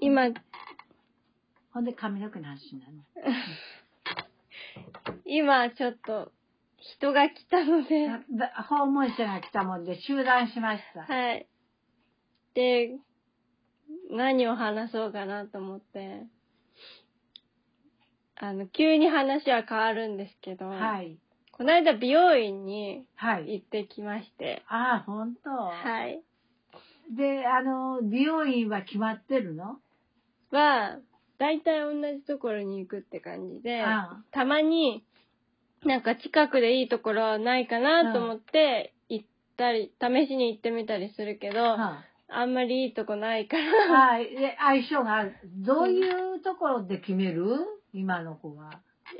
今、 ほんで髪の毛の話になるの。 今ちょっと人が来たので、 訪問者が来たもんで集団しました。 はい。で、何を話そうかなと思って、急に話は変わるんですけど、 はい。 この間美容院にはい。 行ってきまして、 ああ、ほんと。 はい。 で、美容院は決まってるの？ だいたい同じところに行くって感じで、 ああ、 たまになんか近くでいいところはないかなと思って行ったり、試しに行ってみたりするけど、 はあんまりいいとこないかあ、 ら。 ああ、相性がある。どういうところで決める？今の子は。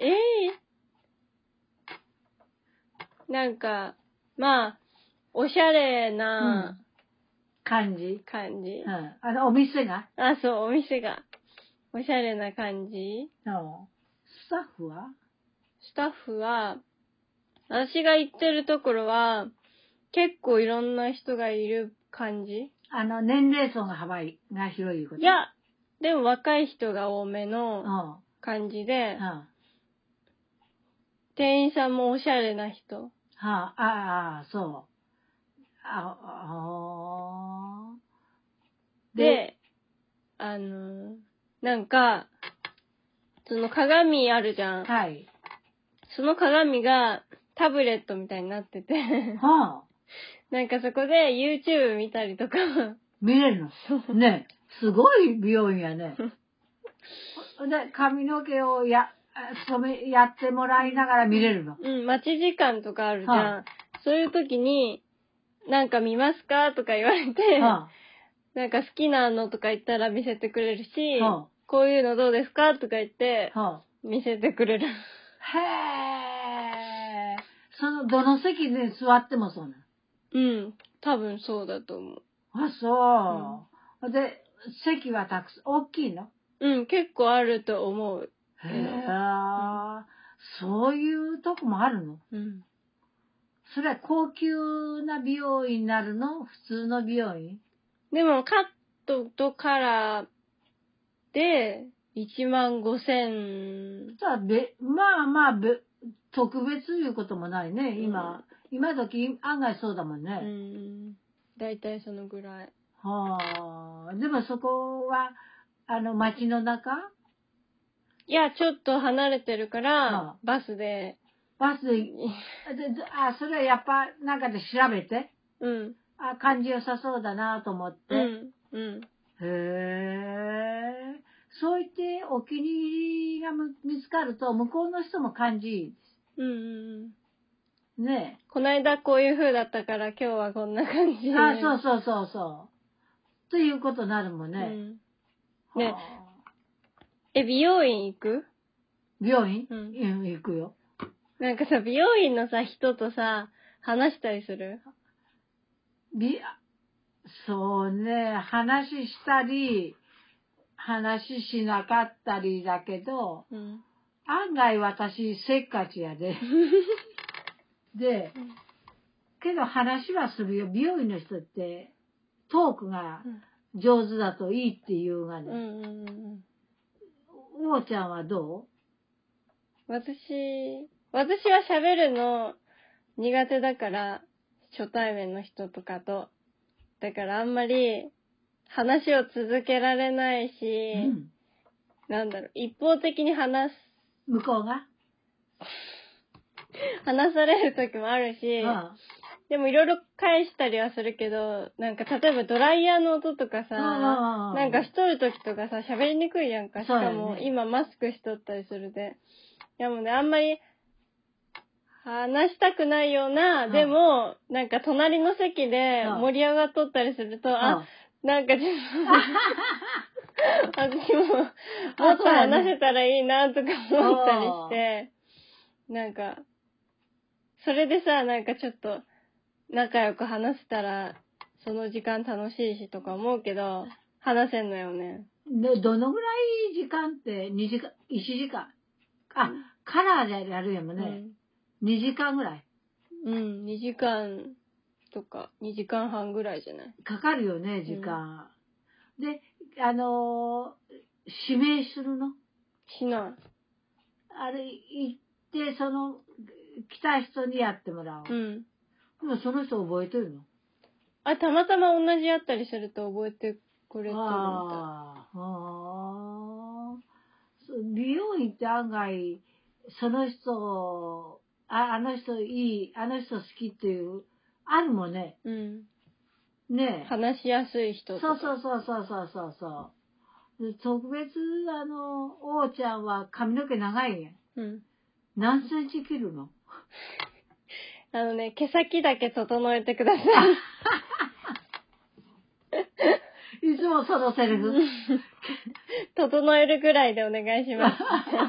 なんか、まあ、おしゃれな感じ。 感じ。 うん。お店が？ あ、そう、お店が。おしゃれな感じ。 スタッフは？ スタッフは、私が行ってるところは、結構いろんな人がいる感じ。 年齢層が幅が広いこと。 いや、でも若い人が多めの感じで、店員さんもおしゃれな人。 そう。 で、なんか、その鏡あるじゃん。 はい。 その鏡がタブレットみたいになってて、なんかそこで YouTube 見たりとか。 見れるの？ね。すごい美容院やね。で、髪の毛をやってもらいながら見れるの？ うん、待ち時間とかあるじゃん。そういう時に、なんか見ますかとか言われて、なんか好きなのとか言ったら見せてくれるし、こういうのどうですかとか言って、見せてくれる。 へー。どの席で座ってもそうなの？ うん、多分そうだと思う。 あ、そう。で、席は大きいの？ うん、結構あると思う。 へー。そういうとこもあるの？ うん。 それは高級な美容院になるの？普通の美容院？ でも、カットとカラーで、15,000。 まあ、特別いうこともないね。今時案外そうだもんね。 だいたいそのぐらい。 はあ。でもそこは、街の中？ いや、ちょっと離れてるから、バスで。 それはやっぱ、なんかで調べて。 うん。 感じ良さそうだなと思って。 うん。 へえ。そう言ってお気に入りが見つかると、向こうの人も感じいいです。ねえ。 この間こういう風だったから今日はこんな感じで。 そう。ということになるもんね。 ね。美容院行く？ 美容院？行くよ。 なんかさ、美容院のさ、人とさ、話したりする？ そうね、話したり、話しなかったりだけど、案外私せっかちやで。で、けど話はするよ。美容院の人ってトークが上手だといいっていうがね。おーちゃんはどう？ 私は喋るの苦手だから、初対面の人とかと。だからあんまり話を続けられないし、なんだろう、一方的に向こうが話される時もあるし、でもいろいろ返したりはするけど、なんか例えばドライヤーの音とかさ、なんかしとる時とかさ、喋りにくいやんか。しかも今マスクしとったりするで。でもね、あんまり話したくないような、でも、なんか隣の席で盛り上がっとったりすると、なんかちょっと、私ももっと話せたらいいなとか思ったりして、なんか、それでさ、なんかちょっと仲良く話せたら、その時間楽しいしとか思うけど、話せんのよね。 で、どのぐらい時間って2時間、1時間。カラーでやるやもね。2時間ぐらい。 2時間とか、2時間半ぐらいじゃない？ かかるよね、時間。で、 指名するの？ しない。 あれ、行って、来た人にやってもらう。でもその人覚えてるの？ たまたま同じやったりすると覚えてくれてるみたい。 美容院って案外、その人、あの人いい、あの人好きっていう、あるもんね。ねえ。 話しやすい人とか。 そう。特別、王ちゃんは髪の毛長いね。何センチ切るの？ 毛先だけ整えてください。いつもそのセリフ。 整えるぐらいでお願いします。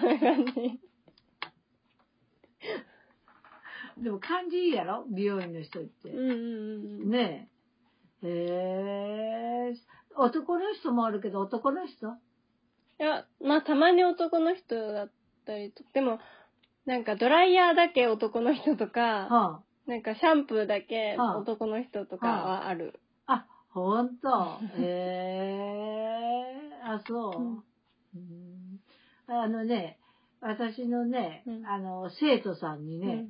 でも感じいいやろ？美容院の人って。ねえ。男の人もあるけど、男の人？ いや、まあたまに男の人だったりと。でも、なんかドライヤーだけ男の人とか、なんかシャンプーだけ男の人とかはある。 あ、ほんと。そう。私のね、生徒さんにね、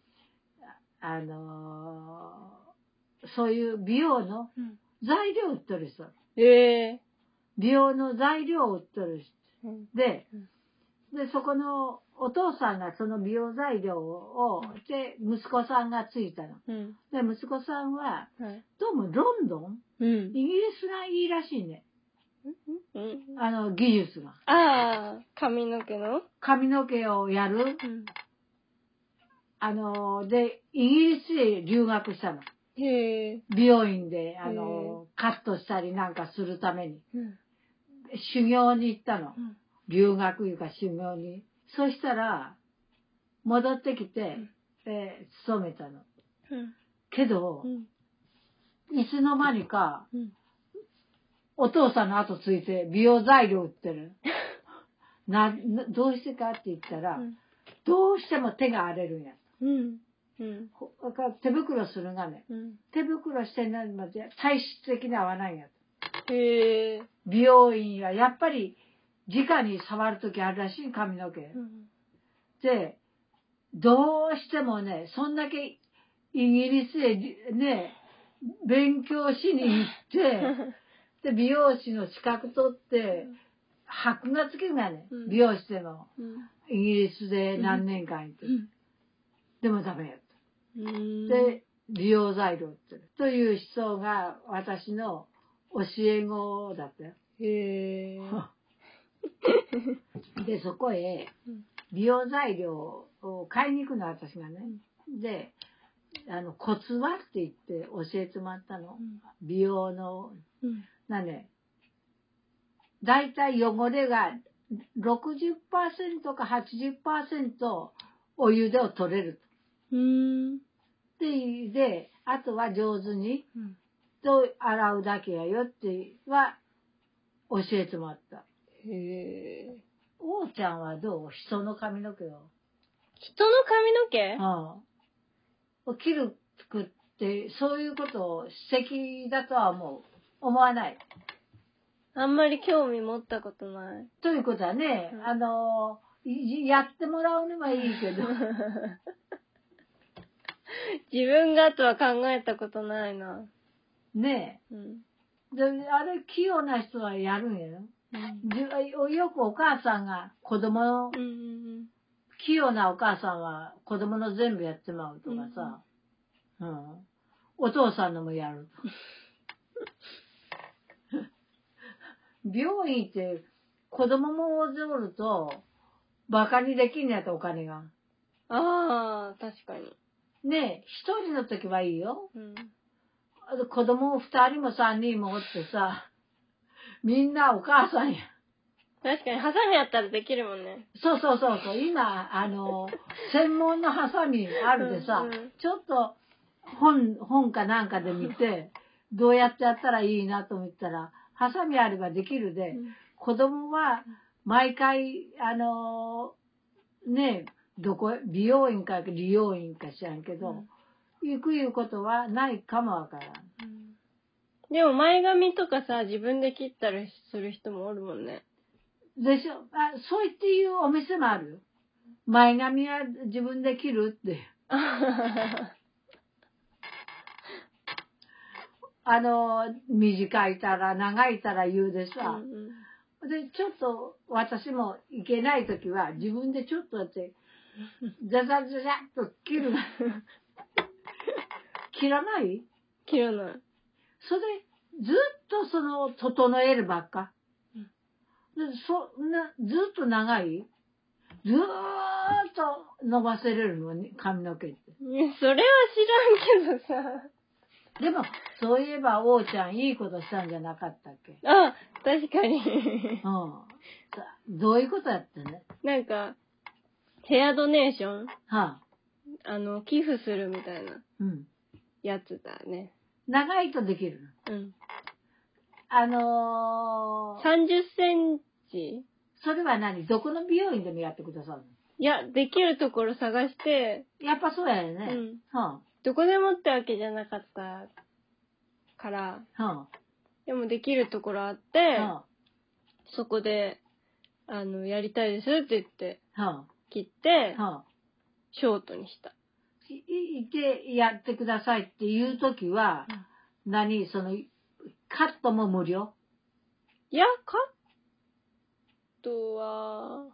そういう美容の材料売ってる人。美容の材料を売ってる人。で、そこのお父さんがその美容材料を、で、息子さんがついたの。で、息子さんは、どうもロンドン、イギリスがいいらしいね。技術が。 髪の毛の？ 髪の毛をやる。で、イギリスへ留学したの。美容院で、カットしたりなんかするために。修行に行ったの。留学いうか修行に。そしたら、戻ってきて、勤めたの。けど、いつの間にか、お父さんの後ついて美容材料売ってる。どうしてかって言ったら、どうしても手が荒れるんや。手袋するがね、手袋してないので体質的に合わないんや。美容院はやっぱり直に触るときあるらしい、髪の毛。で、どうしてもね、そんだけイギリスへね、勉強しに行って、で、美容師の資格取って、箔がつけるがね、美容師でも、イギリスで何年間行って。でもダメやった。で、美容材料ってという人が私の教え子だったよ。で、そこへ美容材料を買いに行くの、私がね。で、コツはって言って教えてもらったの。美容の、だいたい汚れが 60% か 80% お湯で取れる。で、あとは上手に、と洗うだけやよっては教えてもらった。王ちゃんはどう？人の髪の毛を。 人の髪の毛？切るくって、そういうことを素敵だとは思わない。 あんまり興味持ったことない。 ということはね、やってもらうのはいいけど。 自分がとは考えたことないな。 ねえ。で、あれ、器用な人はやるんやよ。よくお母さんが子供の、器用なお母さんは子供の全部やってまうとかさ、お父さんのもやると。美容院って子供も大勢おるとバカにできんのやったお金が。 確かに。 ねえ、一人の時はいいよ。子供2人も3人もおってさ、みんなお母さんや。 確かに、ハサミあったらできるもんね。 そう。今、専門のハサミあるでさ、ちょっと本かなんかで見て、どうやってやったらいいなと思ったら、ハサミあればできるで、子供は毎回、美容院か理容院か知らんけど、行くいうことはないかもわからん。 でも前髪とかさ、自分で切ったりする人もおるもんね。 でしょ。そう言っていうお店もあるよ。前髪は自分で切るって。短いたら長いたら言うでさ。で、ちょっと私もいけないときは自分でちょっとやって、ザザザザッと切る。切らない？ 切らない。 それ、ずっと整えるばっか。ずっと長い？ずーっと伸ばせれるのに、髪の毛って。 それは知らんけどさ。 でも、そういえば、王ちゃんいいことしたんじゃなかったっけ？ あ、確かに。 どういうことやってね？ なんか、ヘアドネーション？ はあ。寄付するみたいな。やつだね。 長いとできるの？ 30センチ？ それは何？どこの美容院でもやってくださるの？ いや、できるところ探して。 やっぱそうやよね。 どこでもってわけじゃなかったから。でもできるところあって、そこで、やりたいですって言って、切って、ショートにした。 いてやってくださいっていうときは、カットも無料？ いや、カットは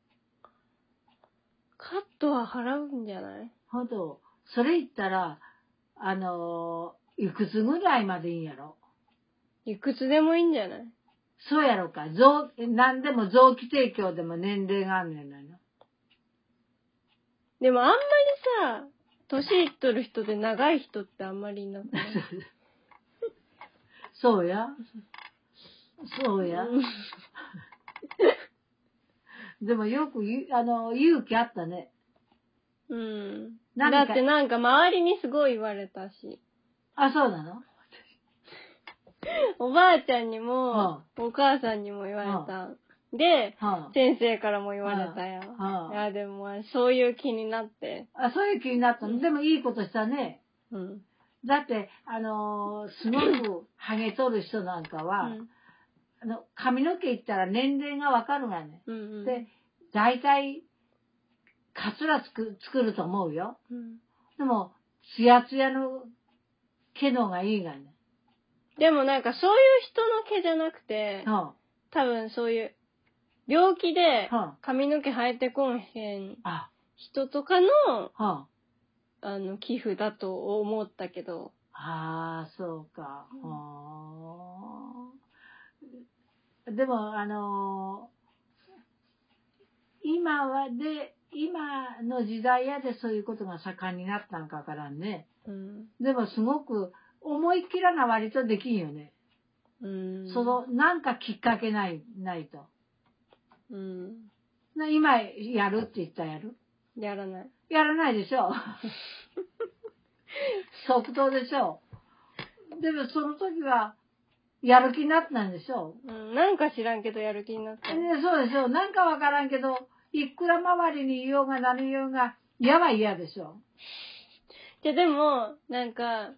払うんじゃない？ ほんと、それ言ったら、いくつぐらいまでいいんやろ？ いくつでもいいんじゃない？ そうやろか。何でも臓器提供でも年齢があるんじゃないの？ でもあんまりさ、年いっとる人で長い人ってあんまりいなくない？ そうや。そうや。でもよく勇気あったね。 だってなんか周りにすごい言われたし。 あ、そうなの？ おばあちゃんにも、お母さんにも言われた。で、先生からも言われたよ。いや、でも、そういう気になって。 そういう気になったの。でもいいことしたね。だって、すごくハゲとる人なんかは、髪の毛いったら年齢がわかるがね。で、大体、カツラ作ると思うよ。でも、ツヤツヤの毛のがいいがね。 でもなんかそういう人の毛じゃなくて、多分そういう病気で髪の毛生えてこんへん人とかの、寄付だと思ったけど。 ああ、そうか。でも、今の時代やでそういうことが盛んになったんかからね。でもすごく思い切らな割とできんよね。なんかきっかけないと。今やるって言ったらやる？ やらない。 やらないでしょ。即答でしょ。でもその時はやる気になったんでしょ。 なんか知らんけどやる気になった。 そうでしょ。なんかわからんけど、いくら周りに言おうが何言おうが嫌は嫌でしょ。 でも、なんか、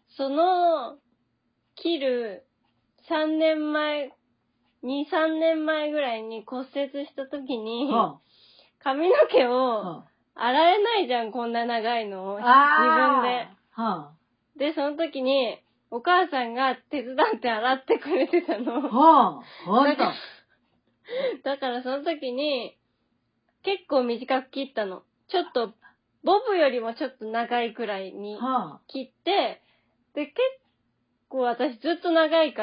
切る2、3年前ぐらいに骨折した時に、髪の毛を洗えないじゃん、こんな長いのを。自分で。で、その時に、お母さんが手伝って洗ってくれてたの。だからその時に、結構短く切ったの。ちょっと、ボブよりもちょっと長いくらいに切って、で、結構私ずっと長いから、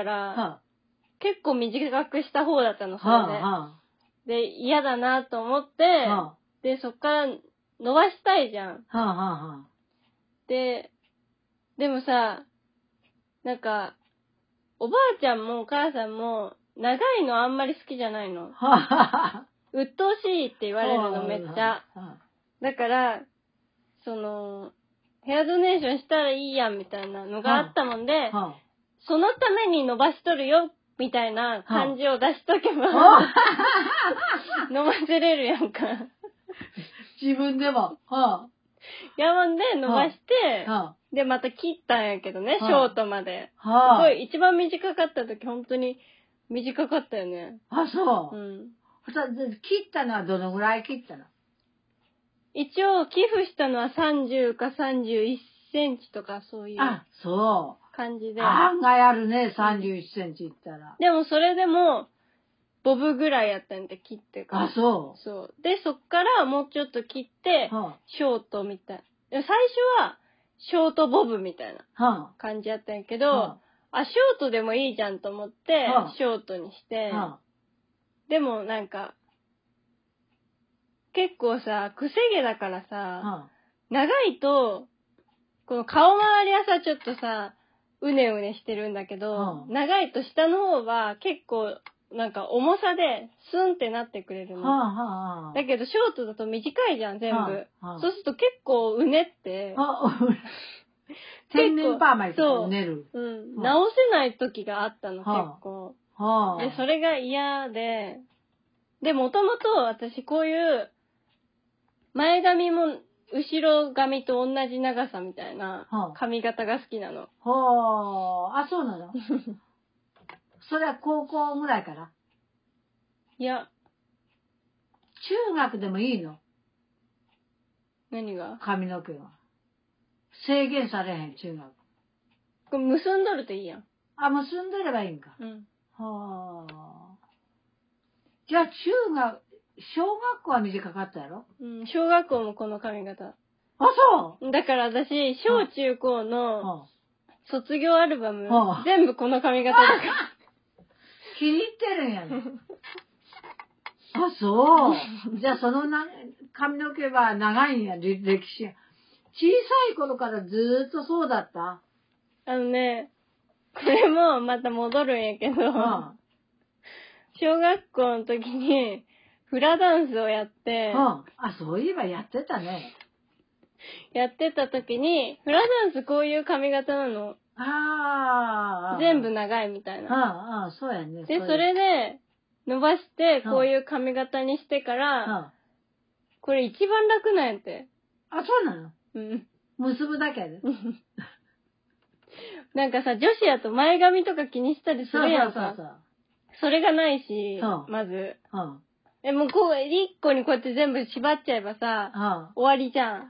結構短くした方だったの、それで。で、嫌だなと思って、で、そっから伸ばしたいじゃん。でもさ、なんか、おばあちゃんもお母さんも、長いのあんまり好きじゃないの。鬱陶しいって言われるのめっちゃ。だから、ヘアドネーションしたらいいやんみたいなのがあったもんで、そのために伸ばしとるよみたいな感じを出しとけば、伸ばせれるやんか。 自分でも。 やもんで伸ばして、 で、また切ったんやけどね、シはあョートまで。すはごい、一番短かった時、本当に短かったよね。 あ、そうう。 ん。 切ったのはどのぐらい切ったの？ 一応、寄付したのは30か31センチとかそういうあ、そ感じう。 で。 案外あるね、31センチいったら。 でもそれでも、ボブぐらいやったんで、切ってから。 あ、そう。 そう。で、そっからもうちょっと切って、 はショートみたい。で最初は、ショートボブみたいなあ、は感じやったんやけど、 はあ、ショートでもいいじゃんと思ってはあ、 ショートにして、 あ、はでもなんか、結構さ、くせ毛だからあ、 さ、 は長いと、この顔周りはさ、ちょっとさ、うねうねしてるんだけど、 はあ長いと下の方は結構、なんか重さでスンってなってくれるあ、 の。 はあ、 だけどショートだと短いじゃん、全部。 はあはあそうすると結構うねって、 天然パーマにそう寝る。 うん、 はあ直せない時があったの、結はあ構。 はあ。 で、それが嫌で、で、もともと私こういう前髪も後ろ髪と同じ長さみたいな髪型が好きなの。 はあ、あ、そうなの？それは高校ぐらいから？ いや、 中学でもいいの？ 何が？ 髪の毛は。制限されへん、中学。 これ結んどるといいやん。 あ、結んでればいいんか。 うん。 はあ。じゃあ小学校は短かったやろ？ うん、小学校もこの髪型。 あ、そう？ だから私、小中高の卒業アルバム、全部この髪型だから。 気に入ってるんやね。あ、そう。じゃあその髪の毛は長いんや、歴史。小さい頃からずーっとそうだった？ あのね、これもまた戻るんやけど、小学校の時にフラダンスをやって、 あ、そういえばやってたね。 やってた時に、フラダンスこういう髪型なの。全部長いみたいな。 そうやね。 で、それで伸ばして、こういう髪型にしてから、これ一番楽なんやって。 あ、そうなの？ うん。 結ぶだけで。 なんかさ、女子やと前髪とか気にしたりするやんか。それがないし、まず。もうこう、一個にこうやって全部縛っちゃえばさ、終わりじゃん。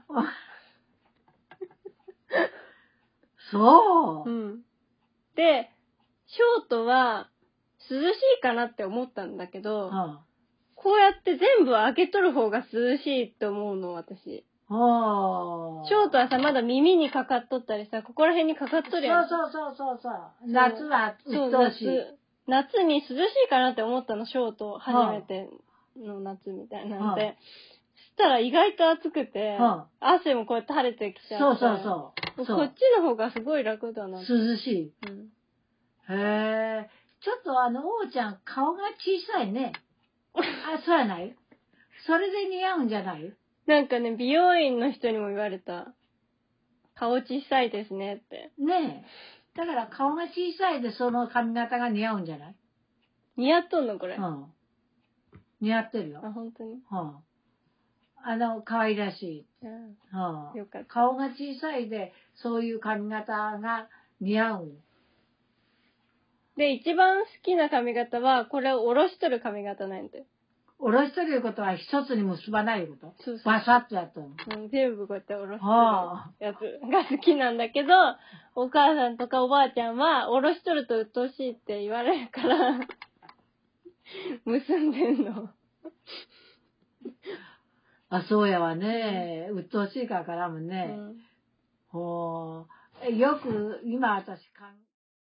そう。 うん。で、ショートは涼しいかなって思ったんだけど、こうやって全部開けとる方が涼しいって思うの、私。ショートはさ、まだ耳にかかっとったりさ、ここら辺にかかっとるやん。 そう。夏はうっとうしい。 夏に涼しいかなって思ったの、ショート。初めての夏みたいなんで。そしたら意外と暑くて、汗もこうやって垂れてきちゃって。こっちの方がすごい楽だな。 涼しい。うん。へえ。ちょっと王ちゃん顔が小さいね。そうやない？それで似合うんじゃない？ なんかね、美容院の人にも言われた。顔小さいですねって。 ねえ。だから顔が小さいでその髪型が似合うんじゃない？ 似合っとんのこれ。 うん。似合ってるよ。 あ、本当に？ 可愛らしい。 よかった。 顔が小さいで、そういう髪型が似合う。 で、一番好きな髪型は、これを下ろしとる髪型なんで。 下ろしとるいうことは一つに結ばないいうこと？バサッとやっとる。 全部こうやって下ろしとるやつが好きなんだけど、お母さんとかおばあちゃんは、下ろしとると鬱陶しいって言われるから、結んでんの。 そうやわね。鬱陶しいからもね。よく、今私